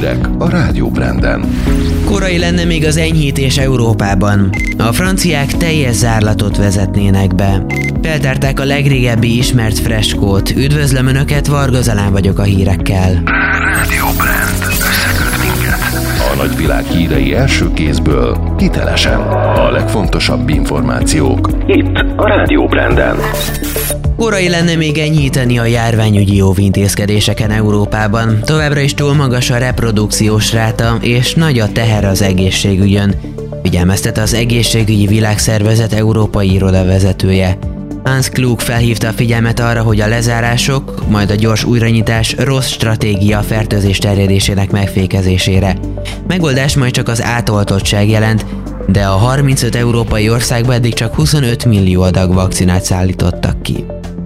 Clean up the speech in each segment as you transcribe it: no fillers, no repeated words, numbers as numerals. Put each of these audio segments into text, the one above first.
hírek a Rádió Branden. Korai lenne még az enyhítés Európában. A franciák teljes zárlatot vezetnének be. Feltárták a legrégebbi ismert freskót. Üdvözlöm Önöket, Varga Zalán vagyok a hírekkel. Rádió Brand. Összeköt minket. A nagyvilág hírei első kézből, hitelesen. A legfontosabb információk itt a Rádió Branden. Korai lenne még enyhíteni a járványügyi óvintézkedéseken Európában. Továbbra is túl magas a reprodukciós ráta, és nagy a teher az egészségügyön. Figyelmeztet az Egészségügyi Világszervezet európai irodavezetője. Hans Klug felhívta a figyelmet arra, hogy a lezárások, majd a gyors újranyitás rossz stratégia a fertőzés terjedésének megfékezésére. Megoldás majd csak az átoltottság jelent, de a 35 európai országban eddig csak 25 millió adag vakcinát szállítottak ki.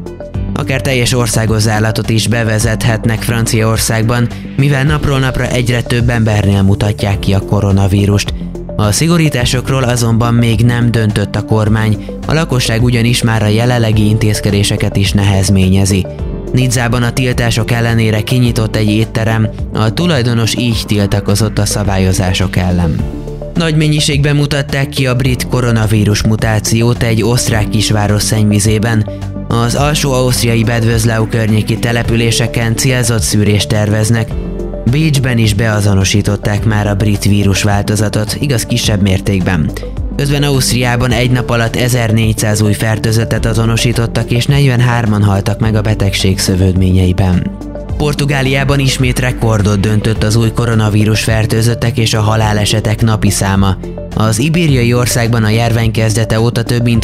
Akár teljes országos zárlatot is bevezethetnek Franciaországban, mivel napról napra egyre több embernél mutatják ki a koronavírust. A szigorításokról azonban még nem döntött a kormány, a lakosság ugyanis már a jelenlegi intézkedéseket is nehezményezi. Nizzában a tiltások ellenére kinyitott egy étterem, a tulajdonos így tiltakozott a szabályozások ellen. Nagy mennyiségben mutatták ki a brit koronavírus mutációt egy osztrák kisváros szennyvizében. Az alsó-ausztriai Bedvözlau környéki településeken célzott szűrést terveznek. Bécsben is beazonosították már a brit vírusváltozatot, igaz kisebb mértékben. Közben Ausztriában egy nap alatt 1400 új fertőzöttet azonosítottak, és 43-an haltak meg a betegség szövődményeiben. Portugáliában ismét rekordot döntött az új koronavírus fertőzöttek és a halálesetek napi száma. Az ibériai országban a járvány kezdete óta több mint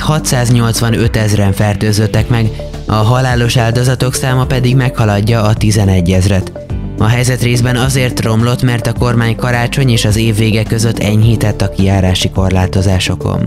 685 000-en fertőzöttek meg, a halálos áldozatok száma pedig meghaladja a 11 000-et. A helyzet részben azért romlott, mert a kormány karácsony és az év vége között enyhített a kijárási korlátozásokon.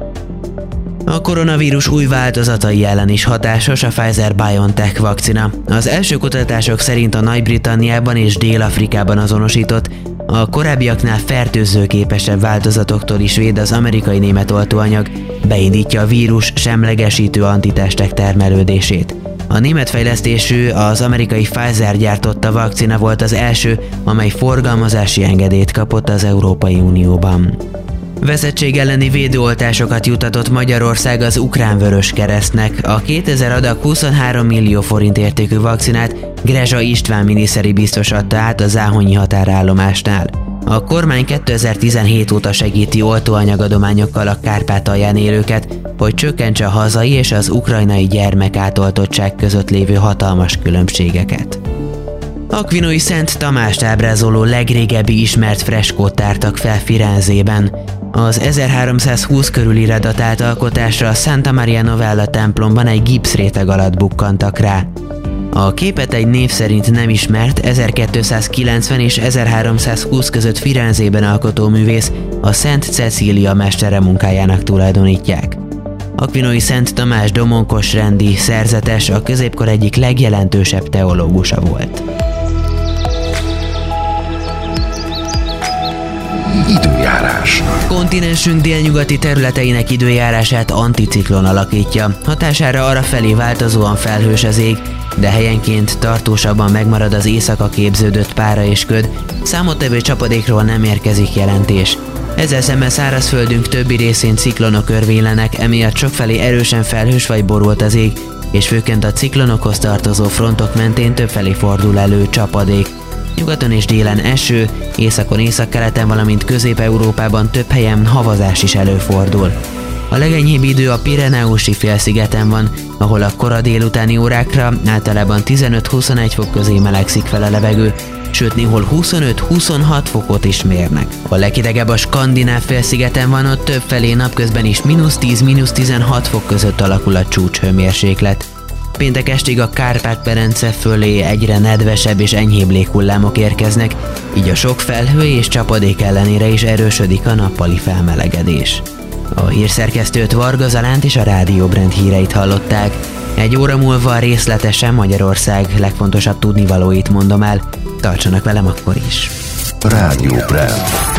A koronavírus új változatai ellen is hatásos a Pfizer-BioNTech vakcina. Az első kutatások szerint a Nagy-Britanniában és Dél-Afrikában azonosított, a korábbiaknál fertőzőképesebb változatoktól is véd az amerikai német oltóanyag, beindítja a vírus semlegesítő antitestek termelődését. A német fejlesztésű, az amerikai Pfizer gyártotta vakcina volt az első, amely forgalmazási engedélyt kapott az Európai Unióban. Veszettség elleni védőoltásokat jutatott Magyarország az Ukrán Vöröskeresztnek. A 2000 adag 23 millió forint értékű vakcinát Grezsa István miniszteri biztos adta át a záhonyi határállomásnál. A kormány 2017 óta segíti oltóanyagadományokkal a Kárpátalján élőket, hogy csökkentse a hazai és az ukrajnai gyermekátoltottság között lévő hatalmas különbségeket. Aquinói Szent Tamást ábrázoló legrégebbi ismert freskót tártak fel Firenzében. Az 1320 körüli datált alkotásra a Santa Maria Novella templomban egy gipszréteg alatt bukkantak rá. A képet egy név szerint nem ismert 1290 és 1320 között Firenzében alkotó művész, a Szent Cecília mestere munkájának tulajdonítják. Aquinói Szent Tamás domonkos rendi szerzetes, a középkor egyik legjelentősebb teológusa volt. Időjárás. Kontinensünk délnyugati területeinek időjárását anticiklon alakítja. Hatására arrafelé változóan felhős az ég, de helyenként tartósabban megmarad az éjszaka képződött pára és köd, számottevő csapadékról nem érkezik jelentés. Ezzel szemben szárazföldünk többi részén ciklonok örvénylenek, emiatt sokfelé erősen felhős vagy borult az ég, és főként a ciklonokhoz tartozó frontok mentén többfelé fordul elő csapadék. Nyugaton és délen eső, északon, északkeleten, valamint Közép-Európában több helyen havazás is előfordul. A legenyhébb idő a Pireneusi félszigeten van, ahol a kora délutáni órákra általában 15-21 fok közé melegszik fel a levegő, sőt néhol 25-26 fokot is mérnek. A leghidegebb a Skandináv félszigeten van, ott többfelé napközben is -10-16 fok között alakul a csúcshőmérséklet. Péntek estig a Kárpát-medence fölé egyre nedvesebb és enyhébb léghullámok érkeznek, így a sok felhő és csapadék ellenére is erősödik a nappali felmelegedés. A hírszerkesztőt, Varga Zalánt és a Rádió Brand híreit hallották. Egy óra múlva részletesen Magyarország legfontosabb tudnivalóit mondom el. Tartsanak velem akkor is! Rádió Brand.